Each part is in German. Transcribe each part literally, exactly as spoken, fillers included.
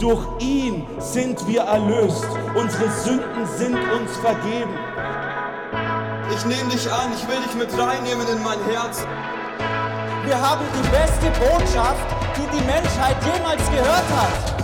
durch ihn sind wir erlöst. Unsere Sünden sind uns vergeben. Ich nehme dich an, ich will dich mit reinnehmen in mein Herz. Wir haben die beste Botschaft, die die Menschheit jemals gehört hat.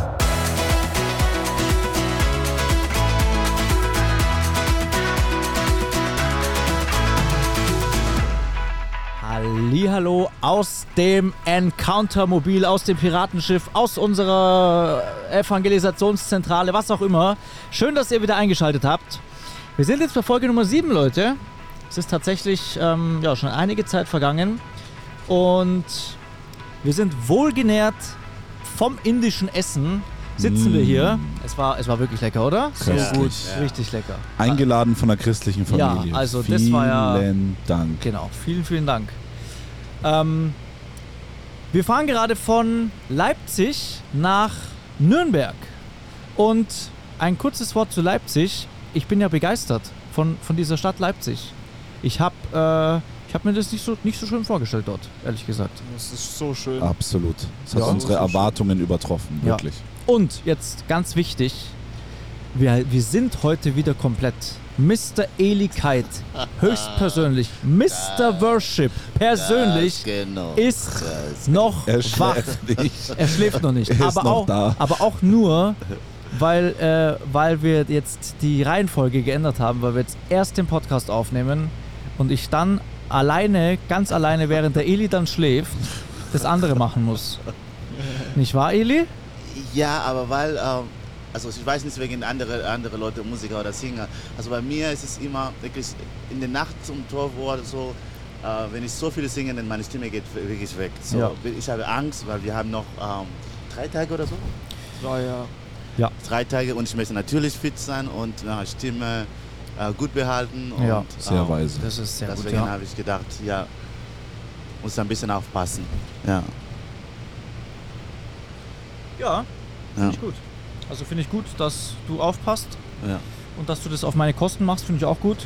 Hallihallo aus dem Encounter-Mobil, aus dem Piratenschiff, aus unserer Evangelisationszentrale, was auch immer. Schön, dass ihr wieder eingeschaltet habt. Wir sind jetzt bei Folge Nummer sieben, Leute. Es ist tatsächlich ähm, ja, schon einige Zeit vergangen. Und wir sind wohlgenährt vom indischen Essen. Sitzen mm. wir hier. Es war, es war wirklich lecker, oder? So ja. gut. Ja. Richtig lecker. Eingeladen von der christlichen Familie. Ja, also vielen das war ja... Vielen Dank. Genau, vielen, vielen Dank. Ähm, wir fahren gerade von Leipzig nach Nürnberg. Und ein kurzes Wort zu Leipzig. Ich bin ja begeistert von, von dieser Stadt Leipzig. Ich habe äh, ich hab mir das nicht so, nicht so schön vorgestellt dort, ehrlich gesagt. Das ist so schön. Absolut. Das hat Ja. unsere So Erwartungen schön. übertroffen, Ja. wirklich. Und jetzt ganz wichtig, wir, wir sind heute wieder komplett. Mister Elikite, höchstpersönlich, Mister Worship, persönlich, genau. ist noch Er wach. schläft nicht. Er schläft noch nicht. Er ist aber, noch auch, da. aber auch nur, weil, äh, weil wir jetzt die Reihenfolge geändert haben, weil wir jetzt erst den Podcast aufnehmen und ich dann alleine, ganz alleine, während der Eli dann schläft, das andere machen muss. Nicht wahr, Eli? Ja, aber weil, ähm, also ich weiß nicht wegen andere, andere Leute, Musiker oder Singer, also bei mir ist es immer wirklich in der Nacht zum Torwort oder so, äh, wenn ich so viel singe, dann meine Stimme geht wirklich weg. So, Ja. Ich habe Angst, weil wir haben noch ähm, drei Tage oder so. Drei, ja. Ja. Drei Tage und ich möchte natürlich fit sein und äh, Stimme äh, gut behalten. Und, Ja, sehr ähm, weise. Das ist sehr Deswegen gut, ja. habe ich gedacht, ja, muss ein bisschen aufpassen. Ja. Ja, finde Ja. ich gut. Also finde ich gut, dass du aufpasst Ja. und dass du das auf meine Kosten machst, finde ich auch gut.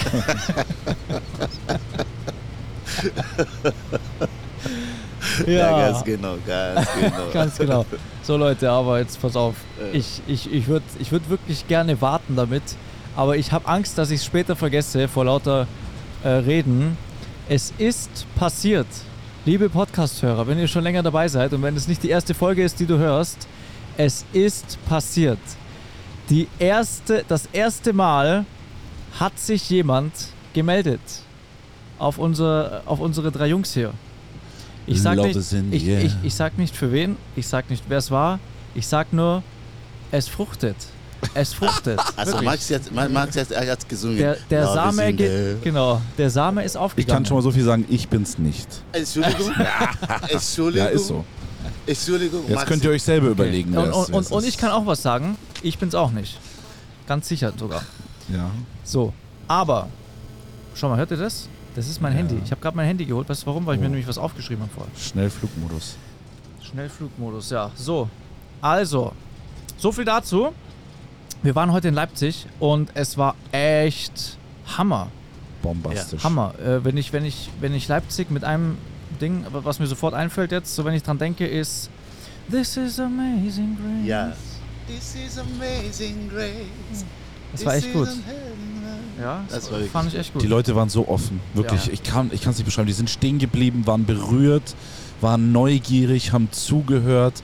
Ja, ganz genau, ganz genau. Ganz genau. So Leute, aber jetzt pass auf. Ich, ich, ich würde ich würd wirklich gerne warten damit, aber ich habe Angst, dass ich es später vergesse vor lauter äh, Reden. Es ist passiert, liebe Podcast-Hörer, wenn ihr schon länger dabei seid und wenn es nicht die erste Folge ist, die du hörst, es ist passiert. Die erste, das erste Mal hat sich jemand gemeldet auf, unser, auf unsere drei Jungs hier. Ich sag, Love nicht, is in ich, the air. ich, ich sag nicht für wen, ich sag nicht, wer es war. Ich sag nur, es fruchtet. Es fruchtet. Also Wirklich. Max jetzt, Max jetzt, er hat gesungen. Der, der Love Same, is in ge- the- genau, der Same ist Ich aufgegangen. kann schon mal so viel sagen, ich bin's nicht. Entschuldigung. Entschuldigung. Ja, ist so. Entschuldigung. Jetzt Max, könnt ihr euch selber Okay. überlegen, wer Und, es- und, wer es und, und ich ist. kann auch was sagen. Ich bin's auch nicht. Ganz sicher sogar. Ja. So, aber, schau mal, hört ihr das? Das ist mein Ja. Handy. Ich habe gerade mein Handy geholt. Weißt du warum? Weil ich Oh. mir nämlich was aufgeschrieben habe vorher. Schnellflugmodus. Schnellflugmodus, ja. So, also, so viel dazu. Wir waren heute in Leipzig und es war echt Hammer. Bombastisch. Hammer. Äh, wenn, ich, wenn, ich, wenn ich Leipzig mit einem Ding, was mir sofort einfällt jetzt, so wenn ich dran denke, ist This is amazing grace. Ja. This is amazing grace. Das war echt gut. Ja, Das war wirklich fand ich echt gut. Die Leute waren so offen, wirklich. Ja. Ich kann ich es nicht beschreiben. Die sind stehen geblieben, waren berührt, waren neugierig, haben zugehört.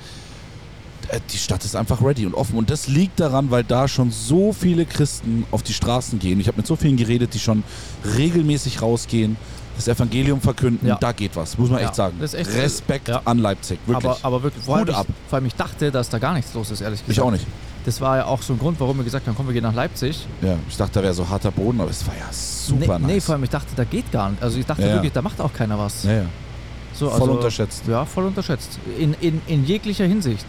Äh, Die Stadt ist einfach ready und offen. Und das liegt daran, weil da schon so viele Christen auf die Straßen gehen. Ich habe mit so vielen geredet, die schon regelmäßig rausgehen, das Evangelium verkünden. Ja. Da geht was, muss man Ja, echt sagen. das ist echt- Respekt ja. an Leipzig, wirklich. aber, aber wirklich, vor allem, Hut ab. ich, vor allem ich dachte, dass da gar nichts los ist, ehrlich gesagt. Ich auch nicht. Das war ja auch so ein Grund, warum wir gesagt haben, komm, wir gehen nach Leipzig. Ja, ich dachte, da wäre so harter Boden, aber es war ja super nee, nice. nee, vor allem ich dachte, da geht gar nicht. Also ich dachte Ja, ja. wirklich, da macht auch keiner was. ja, ja. So, Voll also, unterschätzt. Ja, voll unterschätzt. In, in, in jeglicher Hinsicht.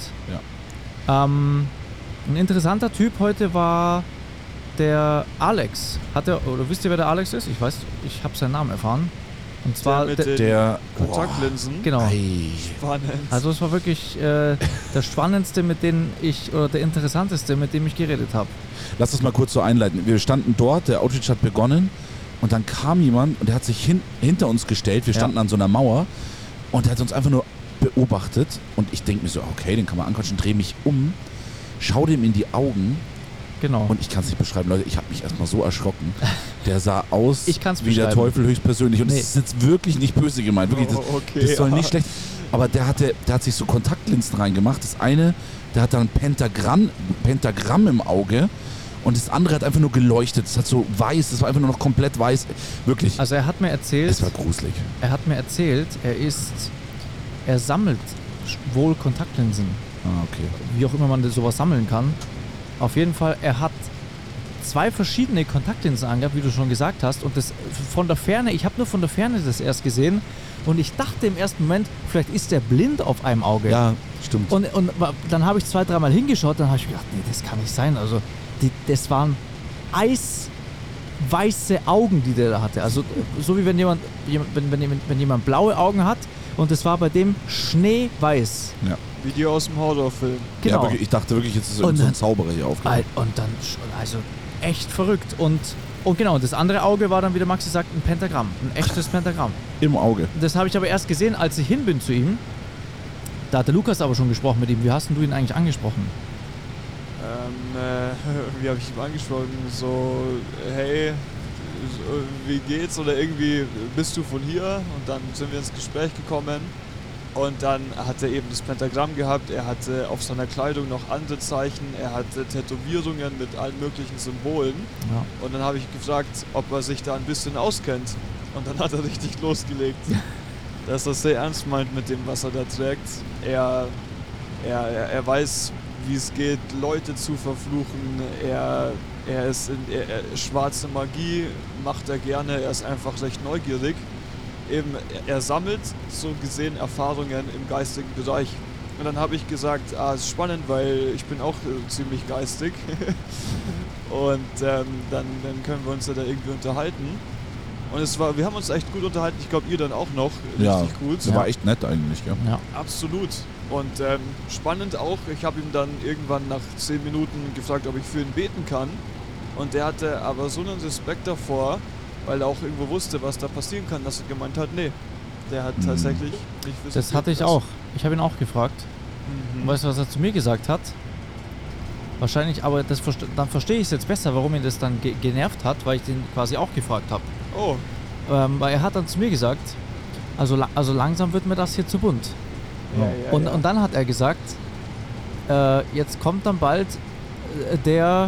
Ja. Ähm, ein interessanter Typ heute war der Alex. Hat er, oder wisst ihr, wer der Alex ist? Ich weiß, ich habe seinen Namen erfahren. Und zwar, mit der, den Der Kontaktlinsen. genau. Ei. Spannend. Also es war wirklich äh, der spannendste, mit dem ich, oder der interessanteste, mit dem ich geredet habe. Lass das mal kurz so einleiten. Wir standen dort, der Outreach hat begonnen und dann kam jemand und der hat sich hin, hinter uns gestellt. Wir Ja. standen an so einer Mauer und der hat uns einfach nur beobachtet und ich denke mir so, okay, den kann man anquatschen, drehe mich um schau dem in die Augen Genau. und ich kann es nicht beschreiben, Leute, ich habe mich erstmal so erschrocken. Der sah aus Ich kann's wie der beschreiben. Teufel höchstpersönlich und Nee. das ist jetzt wirklich nicht böse gemeint, wirklich, das, Oh, okay, das soll ja. nicht schlecht, aber der hatte, der hat sich so Kontaktlinsen reingemacht, das eine, der hat dann ein Pentagramm, Pentagramm im Auge und das andere hat einfach nur geleuchtet, das hat so weiß, das war einfach nur noch komplett weiß, wirklich, Also er hat mir erzählt, es war gruselig. er hat mir erzählt, er ist, er sammelt wohl Kontaktlinsen, Ah, okay. wie auch immer man das sowas sammeln kann. Auf jeden Fall, er hat zwei verschiedene Kontaktlinsen angehabt, wie du schon gesagt hast, und das von der Ferne, ich habe nur von der Ferne das erst gesehen und ich dachte im ersten Moment, vielleicht ist der blind auf einem Auge. Ja, stimmt. Und, und dann habe ich zwei, dreimal hingeschaut, dann habe ich gedacht, nee, das kann nicht sein. Also die, das waren eisweiße Augen, die der da hatte. Also so wie wenn jemand, jemand- wenn, wenn, wenn jemand blaue Augen hat und das war bei dem schneeweiß. Ja. Wie die aus dem Horrorfilm. Genau. Ja, wirklich, ich dachte wirklich, jetzt ist Und irgend so ein dann- Zauberer hier aufgewacht. Al- Und dann, sch- also echt verrückt. Und, und genau, das andere Auge war dann, wie der Maxi sagt, ein Pentagramm. Ein echtes Pentagramm. Im Auge. Das habe ich aber erst gesehen, als ich hin bin zu ihm. Da hat der Lukas aber schon gesprochen mit ihm. Wie hast denn du ihn eigentlich angesprochen? Ähm, äh, wie habe ich ihn angesprochen? So, hey, so, wie geht's? Oder irgendwie, bist du von hier? Und dann sind wir ins Gespräch gekommen. Und dann hat er eben das Pentagramm gehabt. Er hatte auf seiner Kleidung noch andere Zeichen. Er hatte Tätowierungen mit allen möglichen Symbolen. Ja. Und dann habe ich gefragt, ob er sich da ein bisschen auskennt. Und dann hat er richtig losgelegt. Dass er sehr ernst meint mit dem, was er da trägt. Er, er, er, er weiß, wie es geht, Leute zu verfluchen. Er, er ist in er, er, schwarze Magie, macht er gerne. Er ist einfach recht neugierig. Eben, er, er sammelt so gesehen Erfahrungen im geistigen Bereich. Und dann habe ich gesagt, ah, es ist spannend, weil ich bin auch äh, ziemlich geistig. Und ähm, dann, dann können wir uns ja da irgendwie unterhalten. Und es war, wir haben uns echt gut unterhalten. Ich glaube, ihr dann auch noch. Ja, Richtig gut. das war echt nett eigentlich, gell? Ja. Absolut. Und ähm, spannend auch, ich habe ihm dann irgendwann nach zehn Minuten gefragt, ob ich für ihn beten kann. Und der hatte aber so einen Respekt davor, weil er auch irgendwo wusste, was da passieren kann, dass er gemeint hat, nee, der hat Mhm. tatsächlich nicht für Das sich hatte ich gebetet. auch. Ich habe ihn auch gefragt. Mhm. Und weißt du, was er zu mir gesagt hat? Wahrscheinlich, aber das verste- dann verstehe ich es jetzt besser, warum ihn das dann ge genervt hat, weil ich den quasi auch gefragt habe. Oh, Ähm, weil er hat dann zu mir gesagt, also, la also langsam wird mir das hier zu bunt. ja, ja, und, ja. und dann hat er gesagt, äh, jetzt kommt dann bald äh, der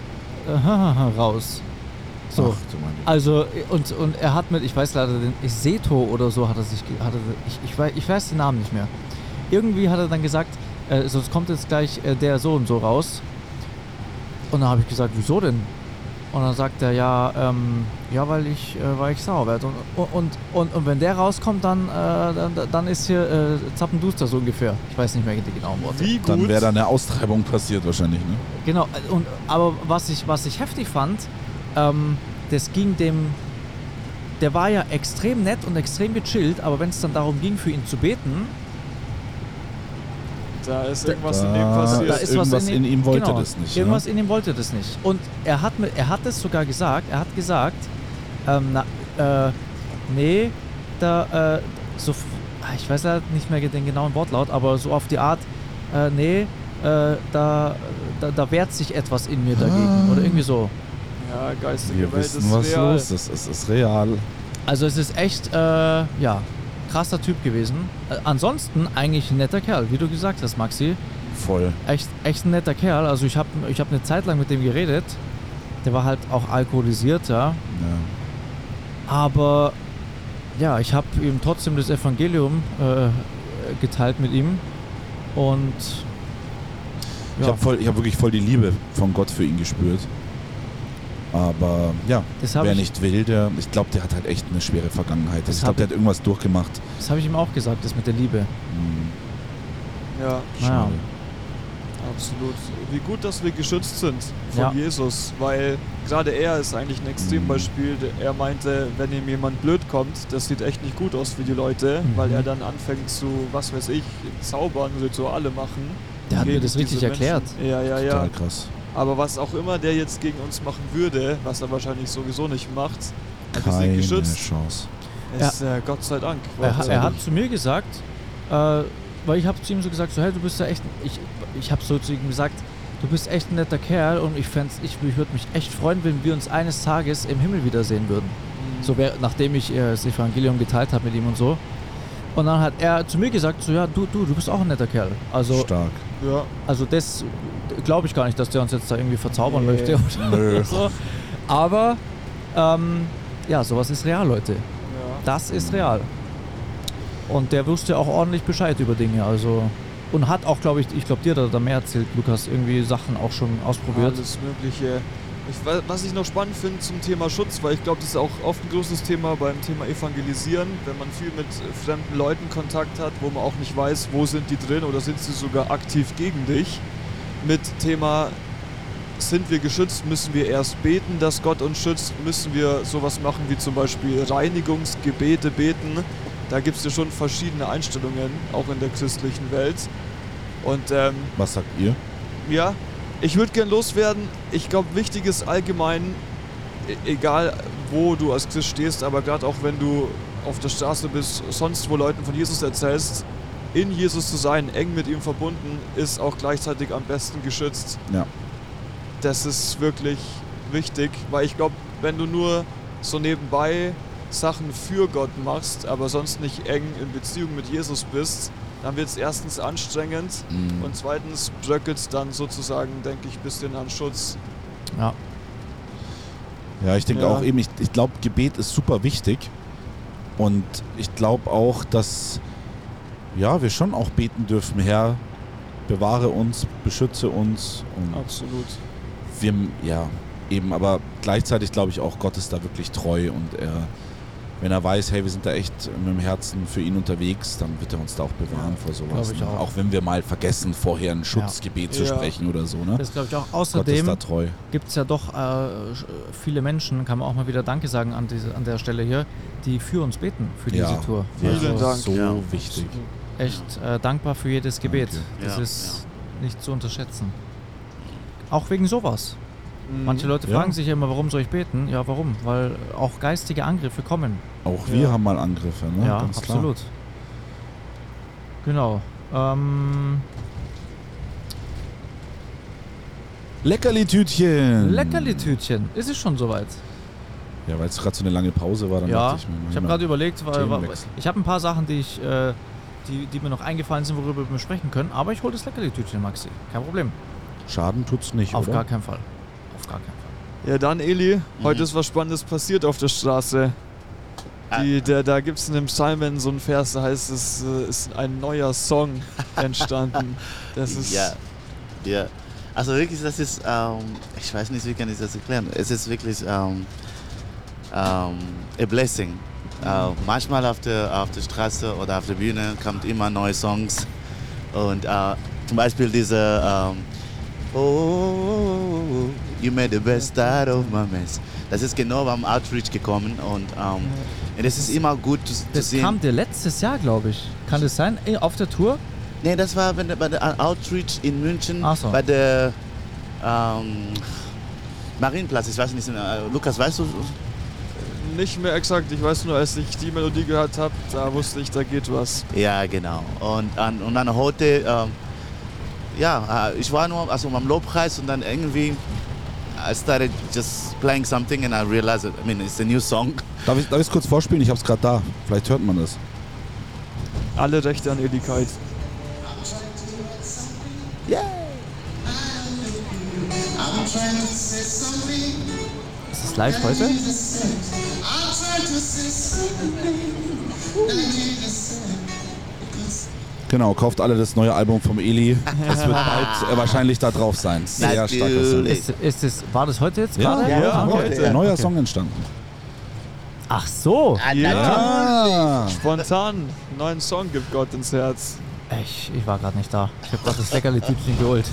äh, raus. So. Ach, du meine Güte. Also, und, und er hat mit, ich weiß leider den, Seto oder so hat er sich, ge- hat er, ich, ich, weiß, ich weiß den Namen nicht mehr. Irgendwie hat er dann gesagt, äh, sonst kommt jetzt gleich äh, der so und so raus. Und dann habe ich gesagt, wieso denn? Und dann sagt er, ja, ähm, ja, weil ich, äh, weil ich sauer werde. Und, und, und, und wenn der rauskommt, dann, äh, dann, dann ist hier äh, Zappenduster so ungefähr. Ich weiß nicht mehr die genauen Worte. Wie gut. Dann wäre da eine Austreibung passiert wahrscheinlich, ne? Genau, und, aber was ich, was ich heftig fand, ähm, das ging dem, der war ja extrem nett und extrem gechillt, aber wenn es dann darum ging, für ihn zu beten, Da ist Da- irgendwas Da- in dem passiert. da ist irgendwas was in ihm wollte genau, das nicht, Irgendwas ne? in ihm wollte das nicht. Und er hat, mir- er hat es sogar gesagt, er hat gesagt, ähm, na, äh, nee, da, äh, so, f- ich weiß ja nicht mehr den genauen Wortlaut, aber so auf die Art, äh, nee, äh, da, da, da wehrt sich etwas in mir dagegen oder irgendwie so. Ja, geistige Wir Welt wissen, ist was real. los ist. Es ist real. Also es ist echt, äh, ja, krasser Typ gewesen. Äh, ansonsten eigentlich ein netter Kerl, wie du gesagt hast, Maxi. Voll. Echt, echt ein netter Kerl. Also ich habe ich hab eine Zeit lang mit dem geredet. Der war halt auch alkoholisiert, ja. Ja. Aber ja, ich habe ihm trotzdem das Evangelium äh, geteilt mit ihm. Und Ich ja, habe voll, ich hab wirklich voll die Liebe von Gott für ihn gespürt. Aber ja, das habe wer ich, nicht will, der, ich glaube, der hat halt echt eine schwere Vergangenheit. Das Ich hab glaube, der hat irgendwas durchgemacht. das hab ich ihm auch gesagt, das mit der Liebe. Hm, Ja, Naja. schade. absolut. Wie gut, dass wir geschützt sind von Ja. Jesus, weil gerade er ist eigentlich ein Extrembeispiel. Er meinte, wenn ihm jemand blöd kommt, das sieht echt nicht gut aus für die Leute, Mhm. weil er dann anfängt zu, was weiß ich, zaubern, Rituale machen. Der hat mir gegen das richtig diese erklärt. Menschen. Ja, ja, ja. Total krass. Aber was auch immer der jetzt gegen uns machen würde, was er wahrscheinlich sowieso nicht macht, wir sind Keine geschützt. Chance. Ist, äh, Gott sei Dank. Er, ha- Worte. er hat zu mir gesagt, äh, weil ich habe zu ihm so gesagt, so hey, du bist ja echt, ich, ich habe so zu ihm gesagt, du bist echt ein netter Kerl und ich, fänd's, ich, ich würde mich echt freuen, wenn wir uns eines Tages im Himmel wiedersehen würden. Mhm. So, wär, nachdem ich äh, das Evangelium geteilt habe mit ihm und so. Und dann hat er zu mir gesagt, so ja, du, du, du bist auch ein netter Kerl. Also, Stark. Ja. Also das glaube ich gar nicht, dass der uns jetzt da irgendwie verzaubern Nee. möchte oder Nö. so. Aber ähm, ja, sowas ist real, Leute. Ja. Das ist real. Und der wusste auch ordentlich Bescheid über Dinge. Also und hat auch, glaube ich, ich glaube dir hat er da mehr erzählt, Lukas, irgendwie Sachen auch schon ausprobiert. Alles Mögliche. Ich, wa- was ich noch spannend finde zum Thema Schutz, weil ich glaube, das ist auch oft ein großes Thema beim Thema Evangelisieren, wenn man viel mit äh, fremden Leuten Kontakt hat, wo man auch nicht weiß, wo sind die drin oder sind sie sogar aktiv gegen dich. Mit Thema, sind wir geschützt, müssen wir erst beten, dass Gott uns schützt, müssen wir sowas machen wie zum Beispiel Reinigungsgebete beten. Da gibt es ja schon verschiedene Einstellungen, auch in der christlichen Welt. Und ähm, Was sagt ihr? ja, ich würde gern loswerden. Ich glaube, wichtig ist allgemein, e- egal wo du als Christ stehst, aber gerade auch wenn du auf der Straße bist, sonst wo Leuten von Jesus erzählst, in Jesus zu sein, eng mit ihm verbunden, ist auch gleichzeitig am besten geschützt. Ja. Das ist wirklich wichtig, weil ich glaube, wenn du nur so nebenbei Sachen für Gott machst, aber sonst nicht eng in Beziehung mit Jesus bist, dann wird es erstens anstrengend Mhm. und zweitens bröckelt es dann sozusagen, denke ich, ein bisschen an Schutz. Ja. Ja, ich denke Ja. auch eben, ich, ich glaube, Gebet ist super wichtig. Und ich glaube auch, dass ja, wir schon auch beten dürfen, Herr, bewahre uns, beschütze uns. Und Absolut. wir, ja, eben, aber gleichzeitig glaube ich auch, Gott ist da wirklich treu und er, wenn er weiß, hey, wir sind da echt mit dem Herzen für ihn unterwegs, dann wird er uns da auch bewahren vor sowas. glaub ich ne? auch. Auch wenn wir mal vergessen, vorher ein Schutzgebet zu Ja. sprechen oder so. Ne? Das glaube ich auch. Gott ist da Außerdem treu. gibt es ja doch äh, sch- viele Menschen, kann man auch mal wieder Danke sagen an, diese, an der Stelle hier, die für uns beten, für diese Ja. Tour. Vielen Also Dank. So Ja. wichtig. echt äh, dankbar für jedes Gebet. Danke. Das Ja, ist nicht zu unterschätzen. Auch wegen sowas. Mhm. Manche Leute Ja. fragen sich ja immer, warum soll ich beten? Ja, warum? Weil auch geistige Angriffe kommen. Auch wir Ja. haben mal Angriffe, ne? ja, Ganz klar. absolut. Genau. Ähm, Leckerli-Tütchen. Leckerli-Tütchen. Ist es schon soweit? Ja, weil es gerade so eine lange Pause war, dann Ja, dachte ich mir, ich habe mal- gerade überlegt, weil, weil, Themenwechsel. ich habe ein paar Sachen, die ich, äh, die, die mir noch eingefallen sind, worüber wir sprechen können. Aber ich hole das Leckerli-Tütchen, Maxi. Kein Problem. Schaden tut's nicht, Auf oder? gar keinen Fall. Auf gar keinen Fall. Ja, dann Eli, Mhm. heute ist was Spannendes passiert auf der Straße. Die, der, da gibt es in dem Psalmen so einen Vers, da heißt es, äh, ist ein neuer Song entstanden. Das ist Ja, ja. Also wirklich, das ist, ähm, ich weiß nicht, wie kann ich das erklären. Es ist wirklich ähm, ähm, a blessing. Äh, manchmal auf der, auf der Straße oder auf der Bühne kommt immer neue Songs. Und äh, zum Beispiel diese ähm, Oh, you made the best out of my mess. Das ist genau beim Outreach gekommen und ähm, und es ist immer gut zu, zu Das sehen. kam dir letztes Jahr, glaube ich. Kann das sein? Eh, Auf der Tour? Nee, das war bei der, bei der Outreach in München, Ach so. bei der ähm, Marienplatz. Ich weiß nicht, äh, Lukas, weißt du? nicht mehr exakt. Ich weiß nur, als ich die Melodie gehört habe, da wusste ich, da geht was. Ja, genau. Und, und, und dann heute, ähm, ja, äh, ich war nur also beim Lobpreis und dann irgendwie I started just playing something and I realized, I mean, it's a new song. Darf ich es kurz vorspielen? Ich hab's gerade da. Vielleicht hört man das. Alle Rechte an Elikite. Ist es live heute? Genau, kauft alle das neue Album vom Eli. Das wird bald äh, wahrscheinlich da drauf sein. Sehr starkes Song. Natürlich. Ist, ist es, war das heute jetzt Ja, gerade? ja, Ja, heute. heute. Ein neuer Okay. Song entstanden. Ach so. Ah, Ja. Spontan einen neuen Song gibt Gott ins Herz. Ich, ich war gerade nicht da. Ich habe gerade das Leckerli-Tütchen geholt.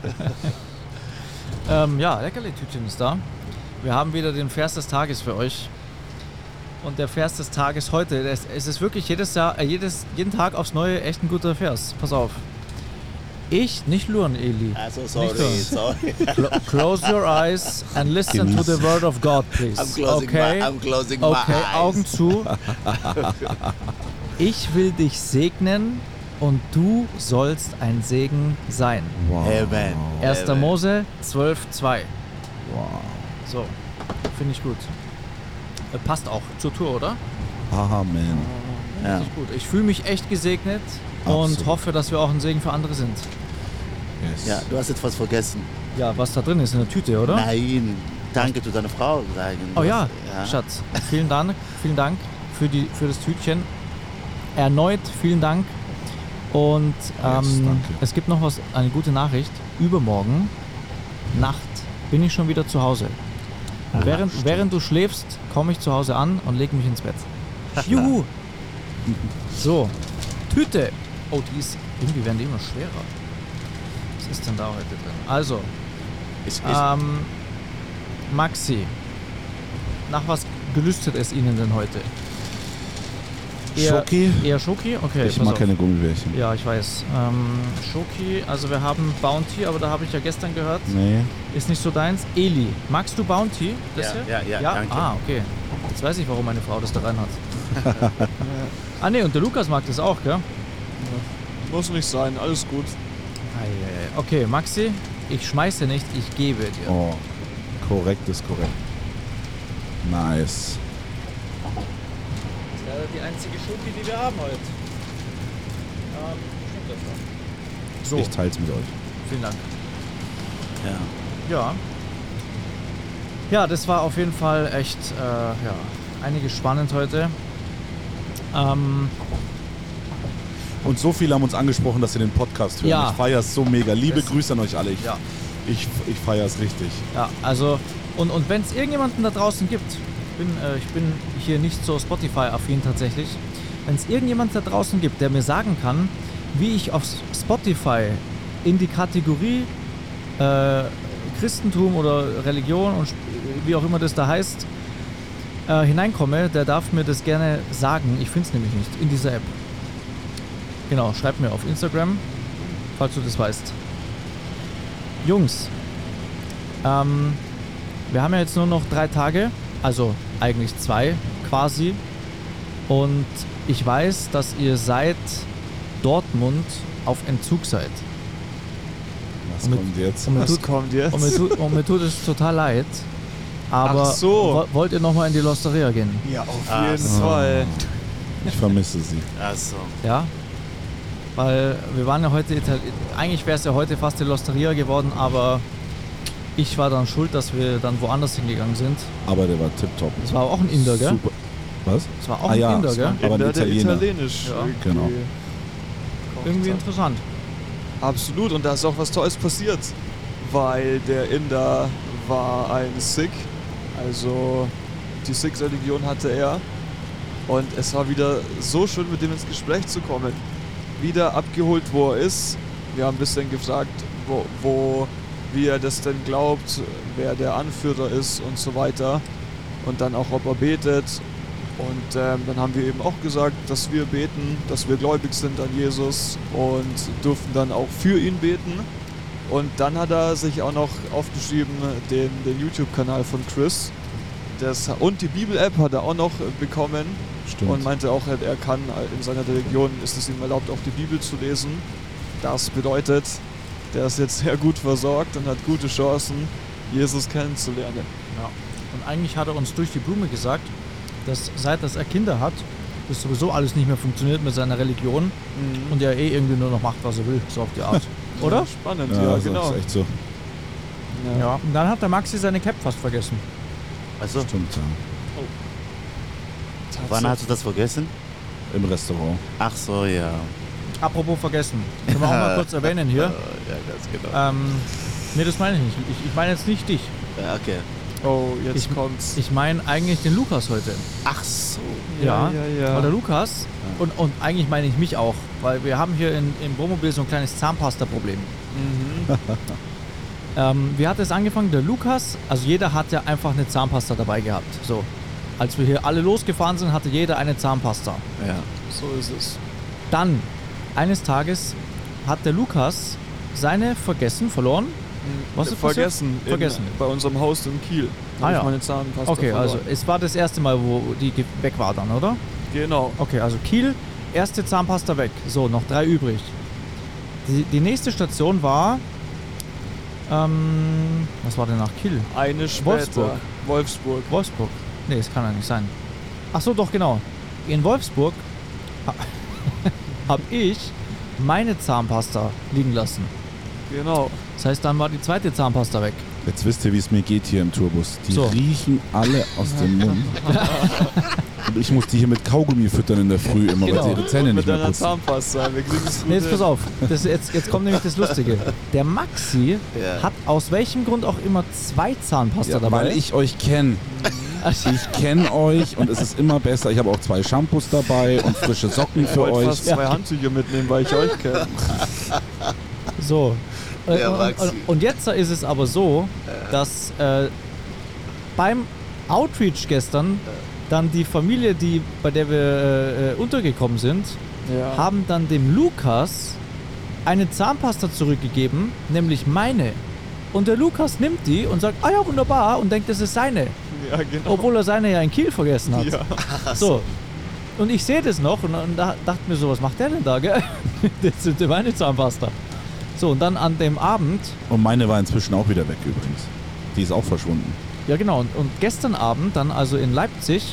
ähm, ja, Leckerli-Tütchen ist da. Wir haben wieder den Vers des Tages für euch. Und der Vers des Tages heute, es, es ist wirklich jedes Jahr, äh, jedes, jeden Tag aufs Neue echt ein guter Vers. Pass auf. Ich, nicht Luren, Eli. Also Nicht sorry, hören. sorry. Clo close your eyes and listen to the word of God, please. I'm closing Okay? my, I'm closing Okay, my eyes. Augen zu. Ich will dich segnen und du sollst ein Segen sein. Wow. Amen. erster Amen. Mose zwölf zwei. Wow. So, finde ich gut. Äh, passt auch zur Tour, oder? Amen. Ja. Richtig gut. Ich fühle mich echt gesegnet Absolut. und hoffe, dass wir auch ein Segen für andere sind. Yes. Ja, du hast etwas vergessen. Ja, was da drin ist in der Tüte, oder? Nein, danke zu deiner Frau sagen. Oh Du ja, hast- ja. Schatz. Vielen Dank, vielen Dank für, die, für das Tütchen. Erneut vielen Dank. Und ähm, Yes, danke. es gibt noch was, eine gute Nachricht. Übermorgen Nacht bin ich schon wieder zu Hause. Während, während du schläfst, komme ich zu Hause an und lege mich ins Bett. Juhu! So, Tüte. Oh, die ist, irgendwie werden die immer schwerer. Was ist denn da heute drin? Also, Ich, ich, ähm, Maxi, nach was gelüstet es Ihnen denn heute? Eher, Schoki? Eher Schoki? Okay, Ich pass mag auf. keine Gummibärchen. Ja, ich weiß. Ähm, Schoki, also wir haben Bounty, aber da habe ich ja gestern gehört, Nee. ist nicht so deins. Eli, magst du Bounty? Das Ja, hier? ja, ja, danke. Ah, okay. Jetzt weiß ich, warum meine Frau das da rein hat. Ah ne, und der Lukas mag das auch, gell? Muss nicht sein, alles gut. Okay, Maxi, ich schmeiße nicht, ich gebe dir. Oh, korrekt ist korrekt. Nice. Das ist leider die einzige Schoki, die wir haben heute. Ähm, stimmt das schon. So, Ich teil's mit euch. vielen Dank. ja. Ja. Ja, das war auf jeden Fall echt, äh, ja, einiges spannend heute. Ähm, Und so viele haben uns angesprochen, dass sie den Podcast hören. Ja. Ich feier's so mega. Liebe Das- Grüße an euch alle. Ich, ja, ich, ich feier's richtig. ja, also, und, und wenn es irgendjemanden da draußen gibt, ich bin, äh, ich bin hier nicht so Spotify-affin tatsächlich, wenn es irgendjemand da draußen gibt, der mir sagen kann, wie ich auf Spotify in die Kategorie äh, Christentum oder Religion und wie auch immer das da heißt, äh, hineinkomme, der darf mir das gerne sagen. Ich finde es nämlich nicht in dieser App. Genau, schreib mir auf Instagram, falls du das weißt. Jungs, ähm, wir haben ja jetzt nur noch drei Tage, also eigentlich zwei quasi. Und ich weiß, dass ihr seit Dortmund auf Entzug seid. Was Und mit- kommt jetzt? Und mir, Was tut, kommt jetzt? und, mir tut, und mir tut es total leid. Aber Ach so. wo- wollt ihr nochmal in die Losteria gehen? Ja, auf Ah, jeden so. Fall. Ich vermisse sie. Also, Ja? Weil wir waren ja heute, Itali- eigentlich wäre es ja heute fast die Losteria geworden, aber ich war dann schuld, dass wir dann woanders hingegangen sind. Aber der war tipptopp. Das war auch ein Inder, gell? Super. Was? Das war auch Ah ein ja, Inder, es war gell? ein- Aber ein Inder, der Italiener. italienisch Ja. irgendwie Genau. kocht Irgendwie hat. interessant. Absolut, und da ist auch was Tolles passiert, weil der Inder war ein Sikh, also die Sikh-Religion hatte er, und es war wieder so schön, mit dem ins Gespräch zu kommen. Wieder abgeholt, wo er ist. Wir haben ein bisschen gefragt, wo, wo, wie er das denn glaubt, wer der Anführer ist und so weiter, und dann auch, ob er betet. Und ähm, dann haben wir eben auch gesagt, dass wir beten, dass wir gläubig sind an Jesus und durften dann auch für ihn beten. Und dann hat er sich auch noch aufgeschrieben, den, den YouTube-Kanal von Chris. Das, und die Bibel-App hat er auch noch bekommen Stimmt. und meinte auch, er kann in seiner Religion, ist es ihm erlaubt, auch die Bibel zu lesen. Das bedeutet, der ist jetzt sehr gut versorgt und hat gute Chancen, Jesus kennenzulernen. Ja. Und eigentlich hat er uns durch die Blume gesagt, dass seit dass er Kinder hat, das sowieso alles nicht mehr funktioniert mit seiner Religion Mhm. und er eh irgendwie nur noch macht, was er will, so auf die Art. Oder? Spannend, ja, ja, das genau. ist echt so. Ja. Und dann hat der Maxi seine Cap fast vergessen. also Stimmt, ja. wann hast du das vergessen? Im Restaurant. Ach so, ja. Apropos vergessen. Können wir auch mal kurz erwähnen hier. Ja, ganz genau. Ähm, nee, das meine ich nicht. Ich, ich meine jetzt nicht dich. Ja, okay. Oh, jetzt Ich- kommt's. Ich meine eigentlich den Lukas heute. Ach so. Ja, ja, ja. Weil der Lukas, und, und eigentlich meine ich mich auch, weil wir haben hier in, im Wohnmobil so ein kleines Zahnpasta-Problem. Mhm. Ähm, wie hat es angefangen? Der Lukas, also jeder hat ja einfach eine Zahnpasta dabei gehabt. So. Als wir hier alle losgefahren sind, hatte jeder eine Zahnpasta. Ja. So ist es. Dann, eines Tages, hat der Lukas seine vergessen, verloren. Was ist passiert? vergessen? In, Vergessen. Bei unserem Haus in Kiel. Ah, Hab ja. ich meine Zahnpasta Okay, also verloren. es war das erste Mal, wo die ge- weg war dann, oder? Genau. Okay, also Kiel, erste Zahnpasta weg. So, noch drei übrig. Die, die nächste Station war, ähm, was war denn nach Kiel? Eine später. Wolfsburg. Wolfsburg. Wolfsburg. Nee, das kann ja nicht sein. Ach so, doch, genau. In Wolfsburg ha habe ich meine Zahnpasta liegen lassen. Genau. Das heißt, dann war die zweite Zahnpasta weg. Jetzt wisst ihr, wie es mir geht hier im Tourbus. Die So. riechen alle aus dem Mund. Und ich muss die hier mit Kaugummi füttern in der Früh immer, Genau. weil sie ihre Zähne Und nicht mit mehr deiner putzen. Zahnpasta. Wir kriegen es gut Nee, jetzt hin. pass auf. Das, jetzt, jetzt kommt nämlich das Lustige. Der Maxi Ja. hat aus welchem Grund auch immer zwei Zahnpasta Ja, dabei. weil ich euch kenne. Ich kenne euch und es ist immer besser. Ich habe auch zwei Shampoos dabei und frische Socken Ich für wollte euch. fast zwei Handtücher mitnehmen, weil ich euch kenne. So. Äh, Ja, und, Maxi. und, und jetzt ist es aber so, dass äh, beim Outreach gestern dann die Familie, die, bei der wir äh, äh, untergekommen sind, Ja. haben dann dem Lukas eine Zahnpasta zurückgegeben, nämlich meine. Und der Lukas nimmt die und sagt, ah ja, wunderbar, und denkt, das ist seine. Ja, genau. Obwohl er seine ja in Kiel vergessen hat. Ja. So. Und ich sehe das noch und, und da dachte mir so, was macht der denn da, gell? Das sind meine Zahnpasta. So, und dann an dem Abend, Und meine war inzwischen auch wieder weg übrigens. Die ist auch verschwunden. ja genau, und, und gestern Abend dann also in Leipzig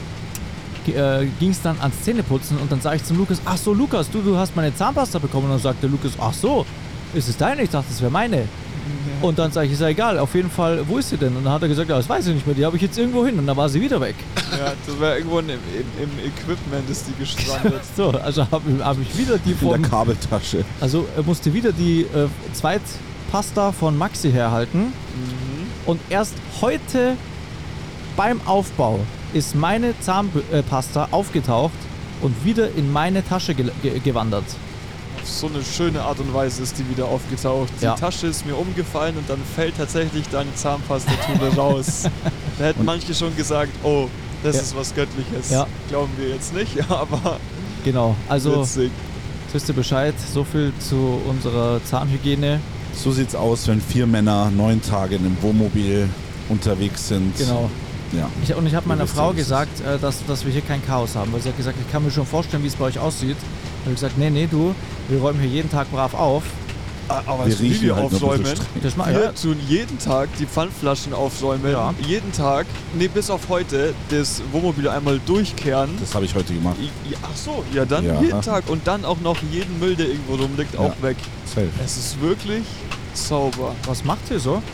äh, ging es dann ans Zähneputzen und dann sage ich zum Lukas, ach so Lukas, du, du hast meine Zahnpasta bekommen. Und dann sagt der Lukas, ach so, ist es deine? Ich dachte, das wäre meine. Und dann sage ich, ist ja egal, auf jeden Fall, wo ist sie denn? Und dann hat er gesagt, ja, das weiß ich nicht mehr, die habe ich jetzt irgendwo hin. Und dann war sie wieder weg. Ja, das war irgendwo im, im, im Equipment ist die gestrandet. So, also habe hab ich wieder die In von... der Kabeltasche. Also er musste wieder die äh, Zweitpasta von Maxi herhalten. Mhm. Und erst heute beim Aufbau ist meine Zahnpasta aufgetaucht und wieder in meine Tasche ge ge gewandert. Auf so eine schöne Art und Weise ist die wieder aufgetaucht. Die Ja. Tasche ist mir umgefallen und dann fällt tatsächlich deine Zahnpastatube raus. Da hätten manche schon gesagt, oh, das Ja. ist was Göttliches. Ja. Glauben wir jetzt nicht, aber Genau, also witzig. jetzt wisst ihr Bescheid, so viel zu unserer Zahnhygiene. So sieht's aus, wenn vier Männer neun Tage in einem Wohnmobil unterwegs sind. Genau. Ja. Ich, und ich habe Ihr meiner wisst Frau ja, wie es gesagt, äh, dass, dass wir hier kein Chaos haben. Weil sie hat gesagt, ich kann mir schon vorstellen, wie es bei euch aussieht. Da habe ich gesagt, nee, nee, du, wir räumen hier jeden Tag brav auf. Aber Wir das Video riechen halt nur ein aufräumen. bisschen streng. Das ma- Wir ja, tun jeden Tag die Pfandflaschen aufräumen. Ja. Jeden Tag, nee, bis auf heute, das Wohnmobil einmal durchkehren. Das habe ich heute gemacht. Ja, ach so, ja dann Ja. jeden Tag und dann auch noch jeden Müll, der irgendwo rumliegt, auch weg. Safe. Es ist wirklich sauber. was macht ihr so?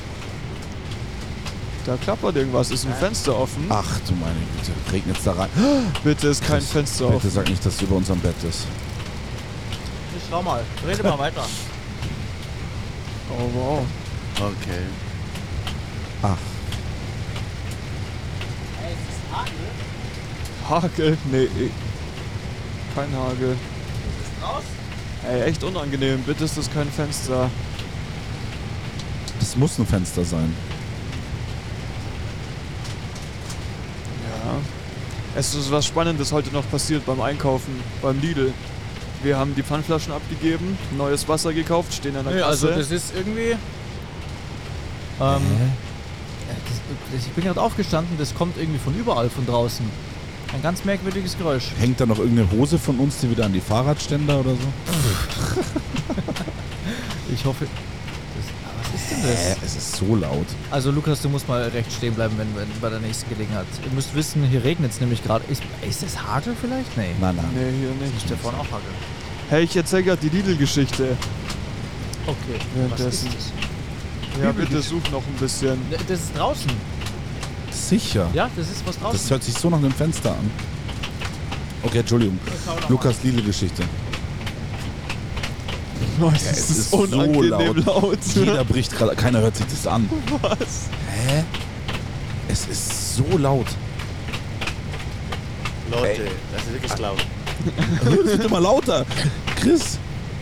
Da klappert irgendwas. Ist ein Fenster offen? Ach du meine Güte, regnet's da rein. Bitte ist kein Chris, Fenster Bitte offen. sag nicht, dass es über unserem Bett ist. Ich schau mal, rede mal weiter. Oh wow. Okay. Ach, Hagel? Nee, eh. kein Hagel. Ey, echt unangenehm. Bitte ist das kein Fenster. das muss ein Fenster sein. Ja. Es ist was Spannendes heute noch passiert beim Einkaufen, beim Lidl. Wir haben die Pfandflaschen abgegeben, neues Wasser gekauft, stehen an der Nee, Kasse. also das ist irgendwie... Ähm, ja, das, das, ich bin gerade aufgestanden, das kommt irgendwie von überall von draußen. Ein ganz merkwürdiges Geräusch. Hängt da noch irgendeine Hose von uns, die wieder an die Fahrradständer oder so? Ich hoffe... Das, was ist denn Äh, das? es ist so laut. Also Lukas, du musst mal recht stehen bleiben, wenn, wenn bei der nächsten Gelegenheit. Ihr müsst wissen, hier regnet es nämlich gerade. Ist, ist das Hagel vielleicht? Nee. Nein, nein. Nee, hier Ist nicht. der vorne auch Hagel? Hey, ich erzähl grad die Lidl-Geschichte. Okay. Währenddessen. Ja, bitte such noch ein bisschen. Das ist draußen. Sicher. Ja, das ist was draußen. Das hört sich so nach einem Fenster an. Okay, Entschuldigung. Lukas Lidl-Geschichte. Oh, Ja, es ist unangenehm laut. Jeder bricht gerade. Keiner hört sich das an. Was? Hä? Es ist so laut. Leute, das ist wirklich laut. Es wird immer lauter. Chris,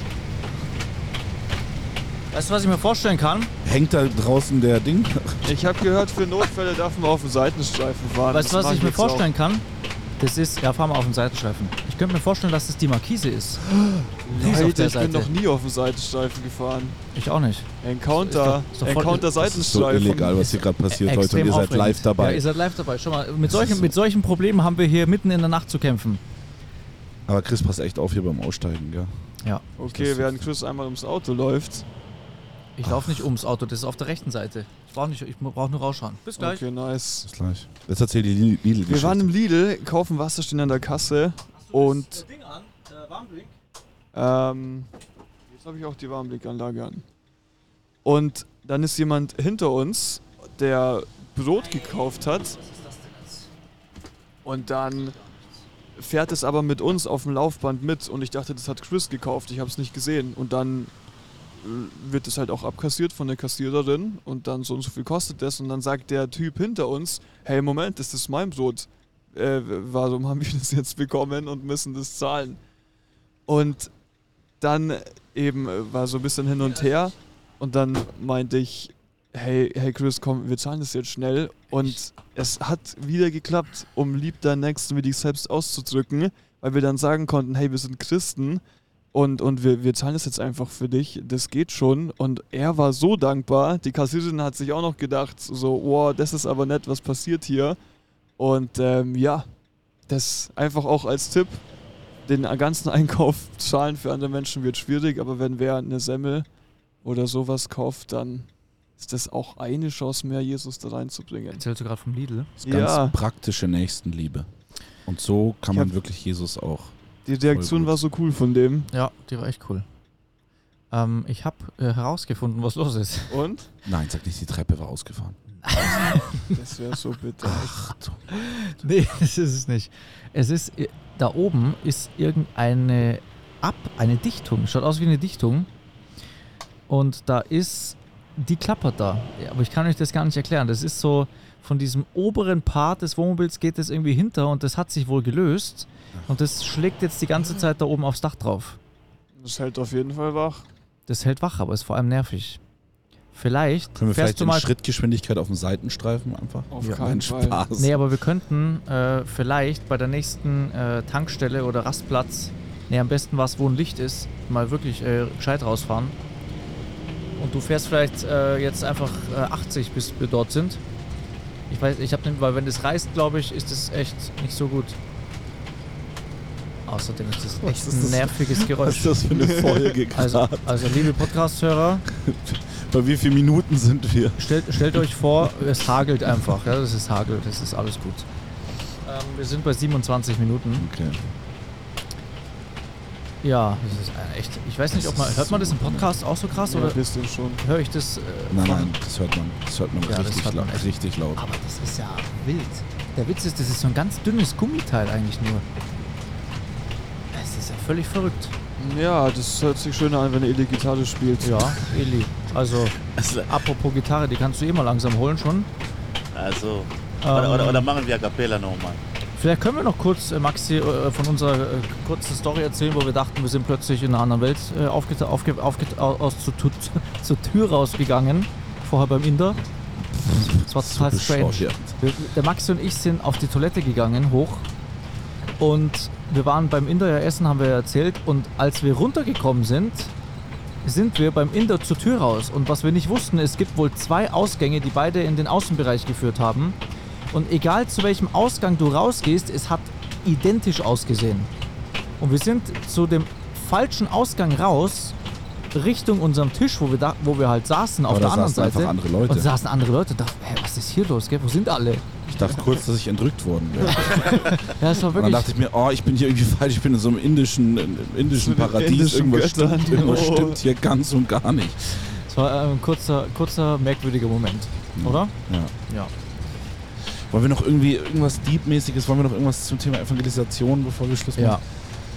Weißt du, was ich mir vorstellen kann? hängt da draußen der Ding? Ich habe gehört, für Notfälle darf man auf dem Seitenstreifen fahren. Weißt du, Das was mach ich mir jetzt vorstellen kann? Das ist, ja, fahr mal auf den Seitenstreifen. Ich könnte mir vorstellen, dass das die Markise ist. Die ist auf Leute, der ich bin Seite. noch nie auf dem Seitenstreifen gefahren. Ich auch nicht. Encounter, Ist doch- ist doch voll- Encounter Das ist so Seitenstreifen. illegal, was hier gerade passiert, Leute. Und Extrem ihr seid aufregend. live dabei. Ja, ihr seid live dabei. Schau mal, mit Das ist solchen, so- mit solchen Problemen haben wir hier mitten in der Nacht zu kämpfen. Aber Chris, pass echt auf hier beim Aussteigen, gell? Ja. Okay, während Chris einmal ums Auto läuft. Ich laufe nicht ums Auto, das ist auf der rechten Seite. Ich brauche nicht, ich brauche nur rausschauen. Bis gleich. Okay, nice. Bis gleich. Jetzt erzähl die Lidl-Geschichte. Wir waren im Lidl, kaufen Wasser, stehen an der Kasse und Ding an, äh, Warmblick. ähm, jetzt habe ich auch die Warmblickanlage an. Und dann ist jemand hinter uns, der Brot gekauft hat. Und dann fährt es aber mit uns auf dem Laufband mit und ich dachte, das hat Chris gekauft, ich habe es nicht gesehen. Und dann wird es halt auch abkassiert von der Kassiererin und dann so und so viel kostet das und dann sagt der Typ hinter uns, hey Moment, das ist mein Brot, äh, warum haben wir das jetzt bekommen und müssen das zahlen? Und dann eben war so ein bisschen hin und her und dann meinte ich, hey, hey Chris, komm, wir zahlen das jetzt schnell und es hat wieder geklappt, um lieb deinen Nächsten wie dich selbst auszudrücken, weil wir dann sagen konnten, hey, wir sind Christen und, und wir, wir zahlen das jetzt einfach für dich, das geht schon und er war so dankbar, die Kassiererin hat sich auch noch gedacht, so, wow, das ist aber nett, was passiert hier und ähm, ja, das einfach auch als Tipp, den ganzen Einkauf zahlen für andere Menschen wird schwierig, aber wenn wer eine Semmel oder sowas kauft, dann ist das auch eine Chance mehr, Jesus da reinzubringen. Erzählst du gerade vom Lidl? Das ist ganz Ja. praktische Nächstenliebe. Und so kann Ich man hab- wirklich Jesus auch. Die Reaktion gut. war so cool von dem. Ja, die war echt cool. Ähm, ich habe äh, herausgefunden, was los ist. Und? Nein, sag nicht, die Treppe war ausgefahren. Das wäre so bitter. Ach du. Nee, das ist es nicht. Es ist, äh, da oben ist irgendeine Ab, eine Dichtung. Schaut aus wie eine Dichtung. Und da ist, die klappert da. Ja, aber ich kann euch das gar nicht erklären. Das ist so, von diesem oberen Part des Wohnmobils geht das irgendwie hinter und das hat sich wohl gelöst. Und das schlägt jetzt die ganze Zeit da oben aufs Dach drauf. Das hält auf jeden Fall wach. Das hält wach, aber ist vor allem nervig. Vielleicht Können wir fährst vielleicht du in mal... Schrittgeschwindigkeit auf dem Seitenstreifen einfach? Auf Ja, keinen Nein, Fall. Spaß. Nee, aber wir könnten äh, vielleicht bei der nächsten äh, Tankstelle oder Rastplatz, nee, am besten was, wo ein Licht ist, mal wirklich äh, gescheit rausfahren. Und du fährst vielleicht äh, jetzt einfach äh, achtzig, bis wir dort sind. Ich weiß, ich habe, weil wenn das reißt, glaube ich, ist das echt nicht so gut. Außerdem ist das echt ist ein das- nerviges Was Geräusch. ist das für eine Folge Also, gerade? also liebe Podcast-Hörer, Bei wie vielen Minuten sind wir? stellt, stellt euch vor, es hagelt einfach. Ja, das ist Hagel, das ist alles gut. Ähm, wir sind bei siebenundzwanzig Minuten. Okay. Ja, das ist äh, echt. Ich weiß nicht, ob man. Hört man das im Podcast auch so krass Ja, oder ein bisschen schon. höre ich das? Äh, Nein, von- nein, das hört man. Das hört man Ja, das richtig, hört man laut, echt. richtig laut. Aber das ist ja wild. Der Witz ist, das ist so ein ganz dünnes Gummiteil eigentlich nur. Es ist ja völlig verrückt. Ja, das hört sich schöner an, wenn er E-Gitarre spielt. Ja, Eli. Also, Also, apropos Gitarre, die kannst du eh mal langsam holen schon. also Ähm, oder, oder, oder machen wir a cappella nochmal. Vielleicht können wir noch kurz, äh, Maxi, äh, von unserer äh, kurzen Story erzählen, wo wir dachten, wir sind plötzlich in einer anderen Welt äh, aufge aufge aufge aus zur, Tu- zur Tür rausgegangen. Vorher beim Inder. Das war total So strange. bescheuert. Wir, der Maxi und ich sind auf die Toilette gegangen, hoch. Und wir waren beim Inder ja essen, haben wir ja erzählt. Und als wir runtergekommen sind, sind wir beim Inder zur Tür raus. Und was wir nicht wussten, es gibt wohl zwei Ausgänge, die beide in den Außenbereich geführt haben. Und egal zu welchem Ausgang du rausgehst, es hat identisch ausgesehen. Und wir sind zu dem falschen Ausgang raus, Richtung unserem Tisch, wo wir, da, wo wir halt saßen, auf Aber der da anderen saßen einfach Seite. andere Leute. Und saßen andere Leute. Und dachten, hä, was ist hier los? Gell? Wo sind alle? Ich dachte kurz, dass ich entrückt worden wäre. Ja, es war Und dann wirklich. dachte ich mir, oh, ich bin hier irgendwie falsch, ich bin in so einem indischen, in- indischen So den Paradies. indischen Irgendwas, Göttern. stimmt, irgendwas Oh. stimmt hier ganz und gar nicht. Es war ein kurzer, kurzer, merkwürdiger Moment. Oder? Ja. Ja. Wollen wir noch irgendwie irgendwas Deep-mäßiges, wollen wir noch irgendwas zum Thema Evangelisation, bevor wir Schluss machen? Ja.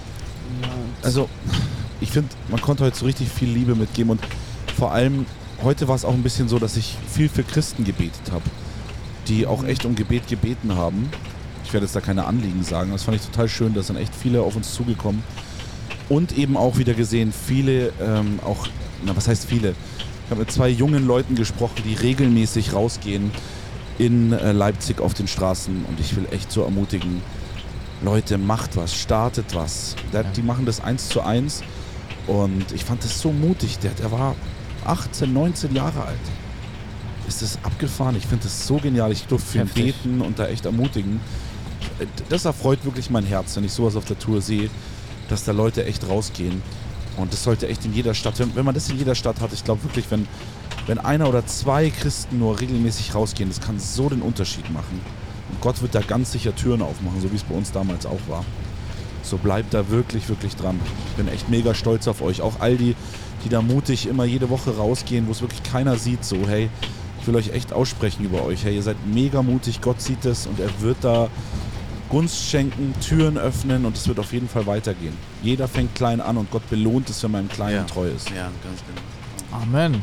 Also, ich finde, man konnte heute so richtig viel Liebe mitgeben und vor allem, heute war es auch ein bisschen so, dass ich viel für Christen gebetet habe, die auch echt um Gebet gebeten haben. Ich werde jetzt da keine Anliegen sagen, das fand ich total schön, da sind echt viele auf uns zugekommen. Und eben auch wieder gesehen, viele, ähm, auch, na was heißt viele? Ich habe mit zwei jungen Leuten gesprochen, die regelmäßig rausgehen in äh, Leipzig auf den Straßen und ich will echt so ermutigen, Leute, macht was, startet was. Der, Ja. Die machen das eins zu eins und ich fand das so mutig. Der, der war achtzehn, neunzehn Jahre alt. Ist das abgefahren? Ich finde das so genial. Ich durfte für ihn Heftig. beten und da echt ermutigen. Äh, Das erfreut wirklich mein Herz, wenn ich sowas auf der Tour sehe. dass da Leute echt rausgehen. Und das sollte echt in jeder Stadt, wenn, wenn man das in jeder Stadt hat, ich glaube wirklich, wenn, wenn einer oder zwei Christen nur regelmäßig rausgehen, das kann so den Unterschied machen. Und Gott wird da ganz sicher Türen aufmachen, so wie es bei uns damals auch war. So bleibt da wirklich, wirklich dran. Ich bin echt mega stolz auf euch. Auch all die, die da mutig immer jede Woche rausgehen, wo es wirklich keiner sieht, so hey, ich will euch echt aussprechen über euch. Hey, ihr seid mega mutig, Gott sieht es und er wird da Gunst schenken, Türen öffnen und es wird auf jeden Fall weitergehen. Jeder fängt klein an und Gott belohnt es, wenn man im Kleinen Ja. treu ist. Ja, ganz genau. Amen.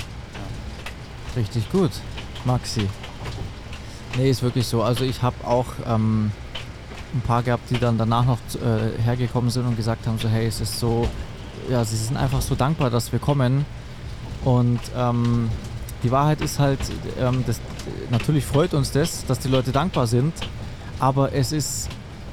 Richtig gut, Maxi. Nee, ist wirklich so. Also ich habe auch ähm, ein paar gehabt, die dann danach noch äh, hergekommen sind und gesagt haben, so hey, es ist so, ja, sie sind einfach so dankbar, dass wir kommen. Und ähm, die Wahrheit ist halt, ähm, das, natürlich freut uns das, dass die Leute dankbar sind, aber es ist,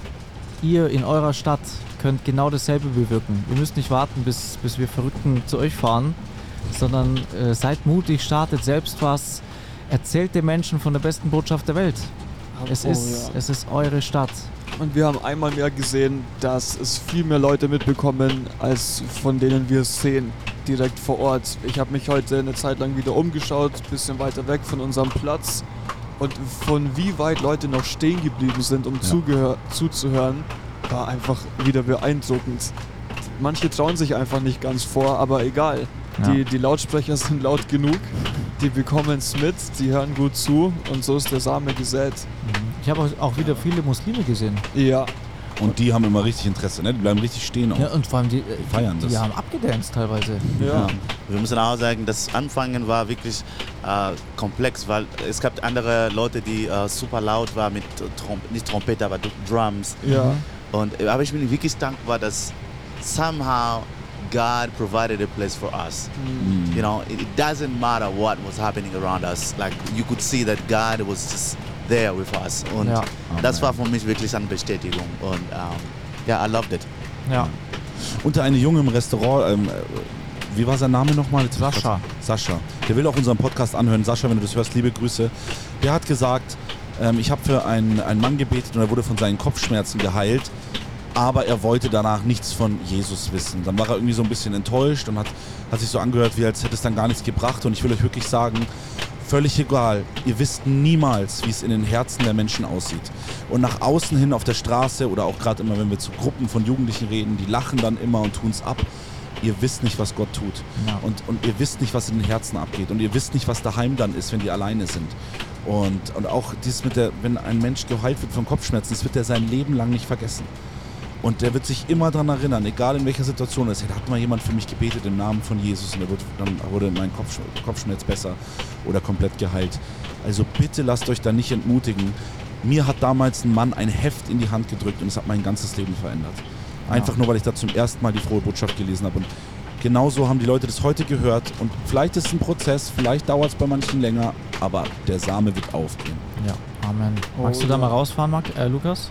ihr in eurer Stadt könnt genau dasselbe bewirken. Ihr müsst nicht warten, bis, bis wir Verrückten zu euch fahren, sondern äh, seid mutig, startet selbst was, erzählt den Menschen von der besten Botschaft der Welt. Es, Oh, ist, ja. es ist eure Stadt. Und wir haben einmal mehr gesehen, dass es viel mehr Leute mitbekommen, als von denen wir es sehen, direkt vor Ort. Ich habe mich heute eine Zeit lang wieder umgeschaut, bisschen weiter weg von unserem Platz. Und von wie weit Leute noch stehen geblieben sind, um Ja. zugehör- zuzuhören, war einfach wieder beeindruckend. Manche trauen sich einfach nicht ganz vor, aber egal. Ja. Die, die Lautsprecher sind laut genug, die bekommen es mit, die hören gut zu und so ist der Same gesät. Ich habe auch wieder viele Muslime gesehen. Ja, Und die haben immer richtig Interesse, ne? Die bleiben richtig stehen auch. Ja, und vor allem die, äh, feiern die, die das. haben abgedanced teilweise. ja. Wir müssen auch sagen, das Anfangen war wirklich äh, komplex, weil es gab andere Leute, die äh, super laut waren mit Trom nicht Trompete, aber Drums. ja. Und äh, aber ich bin wirklich dankbar, dass somehow God provided a place for us. Mhm. You know, it, it doesn't matter what was happening around us. Like you could see that God was just there with us. Und Ja. das war für mich wirklich eine Bestätigung. Und ähm, ja, I loved it. Ja. Unter eine Junge im Restaurant, ähm, äh, wie war sein Name nochmal? Jetzt hab ich Sascha. grad- Sascha. Der will auch unseren Podcast anhören. Sascha, wenn du das hörst, liebe Grüße. Der hat gesagt, ähm, ich habe für einen, einen Mann gebetet und er wurde von seinen Kopfschmerzen geheilt, aber er wollte danach nichts von Jesus wissen. Dann war er irgendwie so ein bisschen enttäuscht und hat, hat sich so angehört, wie als hätte es dann gar nichts gebracht. Und ich will euch wirklich sagen, völlig egal, ihr wisst niemals, wie es in den Herzen der Menschen aussieht. Und nach außen hin auf der Straße oder auch gerade immer, wenn wir zu Gruppen von Jugendlichen reden, die lachen dann immer und tun es ab. Ihr wisst nicht, was Gott tut. Ja. Und, und ihr wisst nicht, was in den Herzen abgeht. Und ihr wisst nicht, was daheim dann ist, wenn die alleine sind. Und, und auch dieses mit der, wenn ein Mensch geheilt wird von Kopfschmerzen, das wird er sein Leben lang nicht vergessen. Und der wird sich immer daran erinnern, egal in welcher Situation es ist. Hey, da hat mal jemand für mich gebetet im Namen von Jesus und er wird, dann wurde mein Kopf, Kopfschmerz besser oder komplett geheilt. Also bitte lasst euch da nicht entmutigen. Mir hat damals ein Mann ein Heft in die Hand gedrückt und es hat mein ganzes Leben verändert. Einfach Ja. nur, weil ich da zum ersten Mal die frohe Botschaft gelesen habe. Und genauso haben die Leute das heute gehört. Und vielleicht ist es ein Prozess, vielleicht dauert es bei manchen länger, aber der Same wird aufgehen. Ja, Amen. Oh, Magst du da ja. mal rausfahren, Marc, äh, Lukas?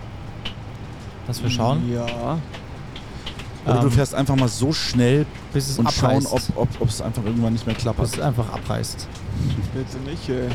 Dass wir schauen, Ja. Oder du Ähm, fährst einfach mal so schnell bis es und schauen, abreißt. ob, ob, ob es einfach irgendwann nicht mehr bis klappert. es einfach abreißt. Bitte nicht, ey.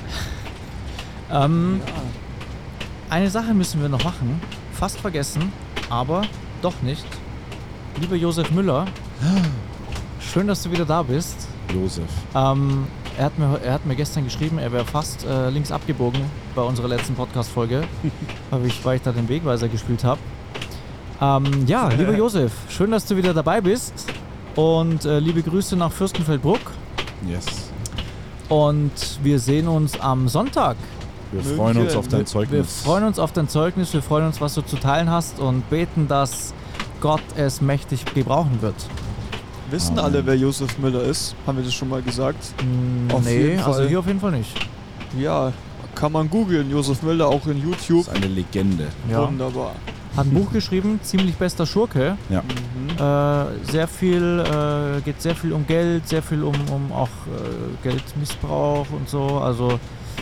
Ähm, Ja. Eine Sache müssen wir noch machen. Fast vergessen, aber doch nicht. Lieber Josef Müller, schön, dass du wieder da bist. Josef. Ähm, er, hat mir, er hat mir gestern geschrieben, er wäre fast äh, links abgebogen bei unserer letzten Podcast-Folge, weil ich, weil ich da den Wegweiser gespielt habe. Ähm, ja, lieber Josef, schön, dass du wieder dabei bist. Und äh, liebe Grüße nach Fürstenfeldbruck. Yes. Und wir sehen uns am Sonntag. Wir München. freuen uns auf dein Wir, Zeugnis. wir freuen uns auf dein Zeugnis, wir freuen uns, was du zu teilen hast und beten, dass Gott es mächtig gebrauchen wird. Wissen Amen. alle, wer Josef Müller ist? Haben wir das schon mal gesagt? Mm, Auf nee, jeden also Fall. hier auf jeden Fall nicht. Ja, kann man googeln. Josef Müller auch in YouTube. Das ist eine Legende. Ja. Wunderbar. Hat ein Buch geschrieben, ziemlich bester Schurke. Ja. Mhm. Äh, sehr viel, äh, geht sehr viel um Geld, sehr viel um, um auch äh, Geldmissbrauch und so. Also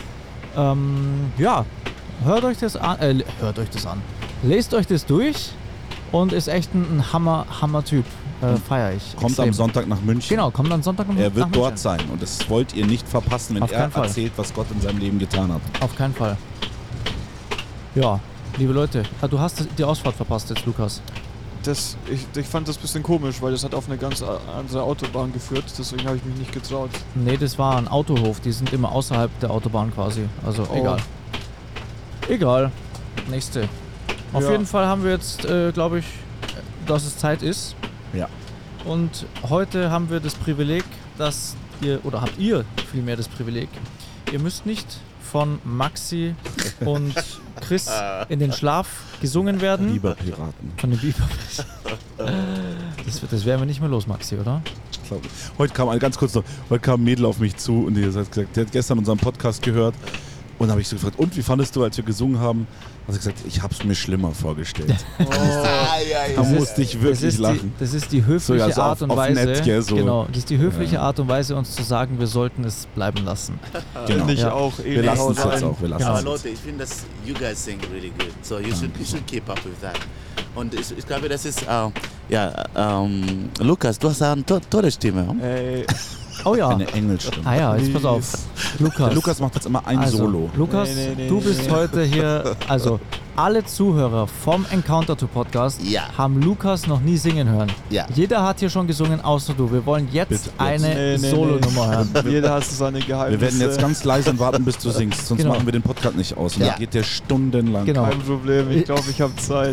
ähm, ja, hört euch das an, äh, hört euch das an. Lest euch das durch und ist echt ein, ein Hammer, Hammer-Typ. Äh, feier ich. Kommt extrem. am Sonntag nach München. Genau, kommt am Sonntag um Er wird nach dort München. sein und das wollt ihr nicht verpassen, wenn Auf er keinen Fall. erzählt, was Gott in seinem Leben getan hat. Auf keinen Fall. Ja, liebe Leute, ah, du hast die Ausfahrt verpasst jetzt, Lukas. das, ich, ich fand das ein bisschen komisch, weil das hat auf eine ganz andere Autobahn geführt, deswegen habe ich mich nicht getraut. Nee, das war ein Autohof, die sind immer außerhalb der Autobahn quasi. Also Oh. egal. Egal. Nächste. Auf Ja. jeden Fall haben wir jetzt, äh, glaube ich, dass es Zeit ist. Ja. Und heute haben wir das Privileg, dass ihr, oder habt ihr vielmehr das Privileg, ihr müsst nicht von Maxi und Chris in den Schlaf gesungen werden. Biberpiraten. Von den Biber. Das, das werden wir nicht mehr los, Maxi, oder? Ich glaub, heute kam, ein- ganz kurz noch, heute kam ein Mädel auf mich zu und die hat gesagt, die hat gestern unseren Podcast gehört und da habe ich so gefragt, und wie fandest du, als wir gesungen haben? Hat sie gesagt, ich habe es mir schlimmer vorgestellt. Ah, ja, Da ja. musste ich wirklich das ist lachen. Die, das ist die höfliche So, ja, so Art auf- und auf Weise. nett, gell, so. Genau, das ist die höfliche Ja. Art und Weise, uns zu sagen, wir sollten es bleiben lassen. Genau. Finde ich Ja. auch Wir lassen es ähnlich. jetzt auch. Wir lassen Genau. Aber es Leute, ich finde, dass you guys sing really good. So you should, you should keep up with that. Und ich, ich glaube, das ist, äh, ja, ähm, Lukas, du hast eine to tolle Stimme. Hm? Ey, Oh ja. Eine Engelstimme. Ah ja, jetzt pass auf. Lukas. Der Lukas macht jetzt immer ein also, Solo. Lukas, Nee, nee, nee, du nee, bist nee. heute hier, also alle Zuhörer vom Encounter to Podcast Ja. haben Lukas noch nie singen hören. Ja. Jeder hat hier schon gesungen, außer du. Wir wollen jetzt Bitte, jetzt. eine Nee, nee, Solo-Nummer hören. jeder hat so seine Geheimnisse. Wir werden jetzt ganz leise und warten, bis du singst, sonst Genau. machen wir den Podcast nicht aus. Und Ja. dann geht der stundenlang. Genau. Kein Problem, ich glaube, ich habe Zeit.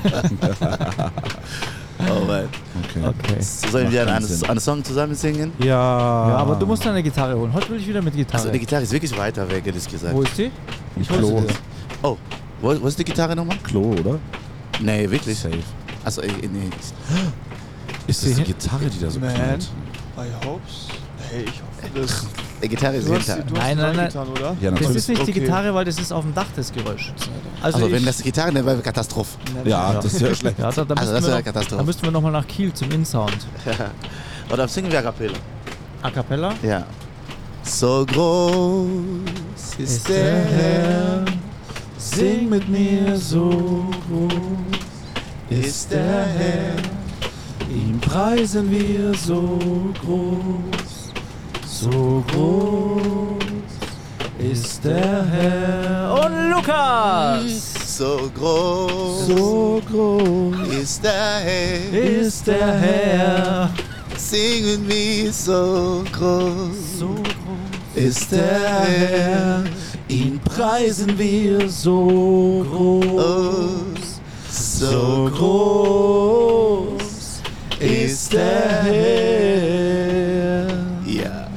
Oh, man. Okay. Okay. Sollen Macht wir keinen einen, Sinn. einen Song zusammen singen? Ja. Ja, aber du musst deine Gitarre holen. Heute will ich wieder mit Gitarre. Also die Gitarre ist wirklich weiter weg, hätte ich gesagt. Wo ist die? Ich hol Klo. sie dir. Oh, wo, wo ist die Gitarre nochmal? Klo, oder? Nee, wirklich. Safe. Also, äh, nee. Ist sie das die hin- Gitarre, die da so Man. knallt? I hopes. Hey, ich hoffe das. Die Gitarre ist Du hast, hinter. du hast Nein, die nein, nein. reingetan, oder? Ja, Das natürlich. ist nicht die Okay. Gitarre, weil das ist auf dem Dach das Geräusch. Also Also, ich, wenn das die Gitarre, dann wäre Katastrophe. Ja, Ja. das ist ja schlecht. ja, da, da, Also, müssten das wir wäre noch, Katastrophe. da müssten wir nochmal nach Kiel zum In-Sound. Oder singen wir A Cappella? A Cappella? Ja. So groß ist, Ist der der Herr, Sing mit mir so groß ist der Herr. Ihn preisen wir so groß, so groß ist der Herr. Und Lukas! So groß So groß ist der Herr, Ist der Herr singen wir so groß so groß? ist der Herr. ihn preisen wir so groß, groß, so groß ist der Herr. Ja.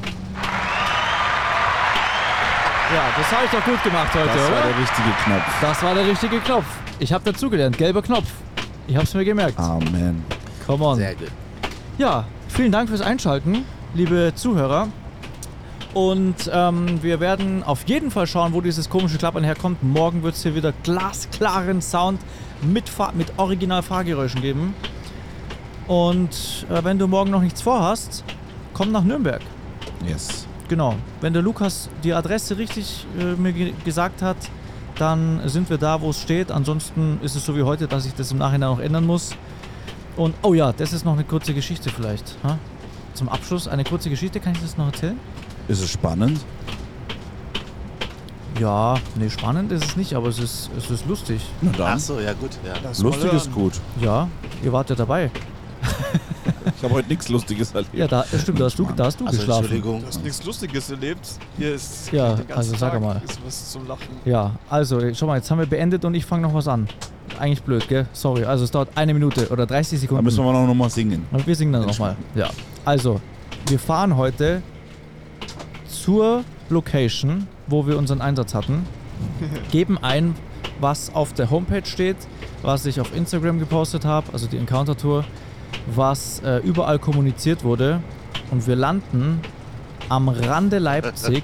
Ja, das habe ich doch gut gemacht heute, Das war oder? der richtige Knopf. Das war der richtige Knopf. Ich habe dazugelernt. Gelber Knopf. Ich habe es mir gemerkt. Amen. Come on. Sehr gut. Ja, vielen Dank fürs Einschalten, liebe Zuhörer. Und ähm, wir werden auf jeden Fall schauen, wo dieses komische Klappern herkommt. Morgen wird es hier wieder glasklaren Sound mit, Fahr mit Original-Fahrgeräuschen geben. Und äh, wenn du morgen noch nichts vorhast, komm nach Nürnberg. Yes. Genau. Wenn der Lukas die Adresse richtig äh, mir ge gesagt hat, dann sind wir da, wo es steht. Ansonsten ist es so wie heute, dass ich das im Nachhinein noch ändern muss. Und, oh ja, das ist noch eine kurze Geschichte vielleicht. Ha? Zum Abschluss eine kurze Geschichte, kann ich das noch erzählen? Ist es spannend? Ja, nee, spannend ist es nicht, aber es ist, es ist lustig. Na dann. Ach so, ja gut. Ja. Lass mal Lustig ist hören. gut. Ja, ihr wart ja dabei. Ich habe heute nichts Lustiges erlebt. Ja, da, stimmt, da hast du, da hast du Also geschlafen. Entschuldigung. Du hast nichts Lustiges erlebt. Hier ist Ja, den ganzen also sag Tag mal. ist was zum Lachen. Ja, also, schau mal, jetzt haben wir beendet und ich fange noch was an. Eigentlich blöd, gell? Sorry, also es dauert eine Minute oder dreißig Da Sekunden. müssen wir noch mal singen. Und wir singen dann nochmal. Ja. Also, wir fahren heute zur Location, wo wir unseren Einsatz hatten, geben ein, was auf der Homepage steht, was ich auf Instagram gepostet habe, also die Encounter Tour, was äh, überall kommuniziert wurde, und wir landen am Rande Leipzig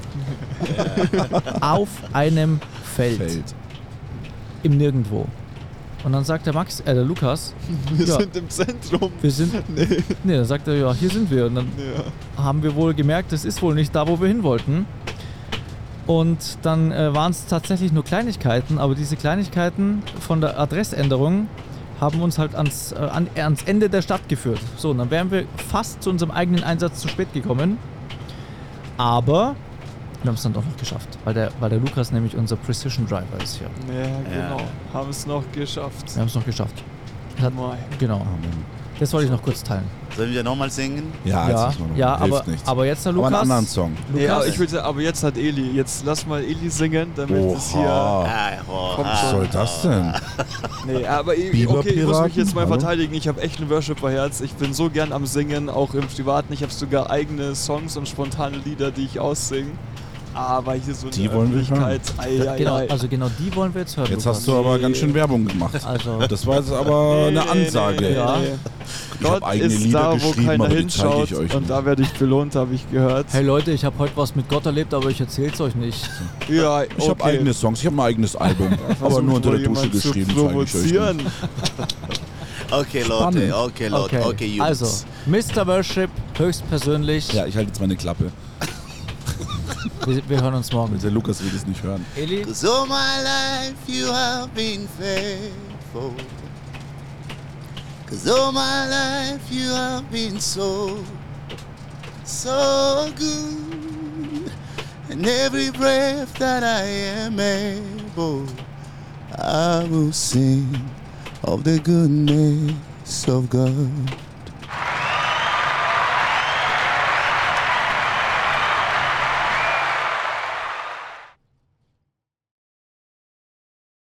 auf einem Feld, Feld. im Nirgendwo. Und dann sagt der Max, äh, der Lukas, Wir Ja. sind im Zentrum. wir sind, Nee. nee, dann sagt er, ja, hier sind wir. Und dann Ja. haben wir wohl gemerkt, das ist wohl nicht da, wo wir hin wollten. Und dann äh, waren es tatsächlich nur Kleinigkeiten, aber diese Kleinigkeiten von der Adressänderung haben uns halt ans, äh, an, ans Ende der Stadt geführt. So, und dann wären wir fast zu unserem eigenen Einsatz zu spät gekommen. Aber wir haben es dann doch noch geschafft, weil der, weil der Lukas nämlich unser Precision Driver ist hier. Ja, genau. Haben es noch geschafft. Wir haben es noch geschafft. Hat, Mai. genau. Amen. Das wollte ich noch kurz teilen. Sollen wir nochmal singen? Ja, Ja, jetzt müssen wir noch. ja Hilft aber, nichts. aber jetzt der Aber Lukas. einen anderen Song. Nee, aber Lukas? ich würde, aber jetzt hat Eli. Jetzt lass mal Eli singen, damit es hier. Oha. Ah, oh, Kommt Was ah, soll das denn? Nee, aber ich, okay, ich muss mich jetzt mal Hallo? verteidigen. Ich habe echt ein Worshipper-Herz. Ich bin so gern am Singen, auch im Privaten. Ich habe sogar eigene Songs und spontane Lieder, die ich aussinge. Aber hier so Die eine wollen wir Öffentlichkeit. Ei, ei, Genau, ei. also genau die wollen wir jetzt hören. Jetzt Lukas. hast du aber ganz schön Werbung gemacht. Also, Das war jetzt aber Nee, eine Ansage. nee, nee, Ja. nee. Ich hab Gott eigene ist Lieder da, wo geschrieben, keiner aber die zeige hinschaut. ich euch Und nicht. da werde ich belohnt, habe ich gehört. hey Leute, ich habe heute was mit Gott erlebt, aber ich erzähl's euch nicht. Ja, okay. Ich habe eigene Songs, ich habe ein eigenes Album, aber Versucht nur unter wohl der Dusche jemand zu geschrieben, zeige ich euch provozieren. nicht. Okay, Spannend. Leute, okay, Leute, okay, Okay, Jungs. also Mister Worship, höchstpersönlich. Ja, ich halte jetzt meine Klappe. Wir, wir hören uns morgen. Der Lukas will das nicht hören. Eli? Cause all my life you have been faithful. Cause all my life you have been so, so good. And every breath that I am able, I will sing of the goodness of God.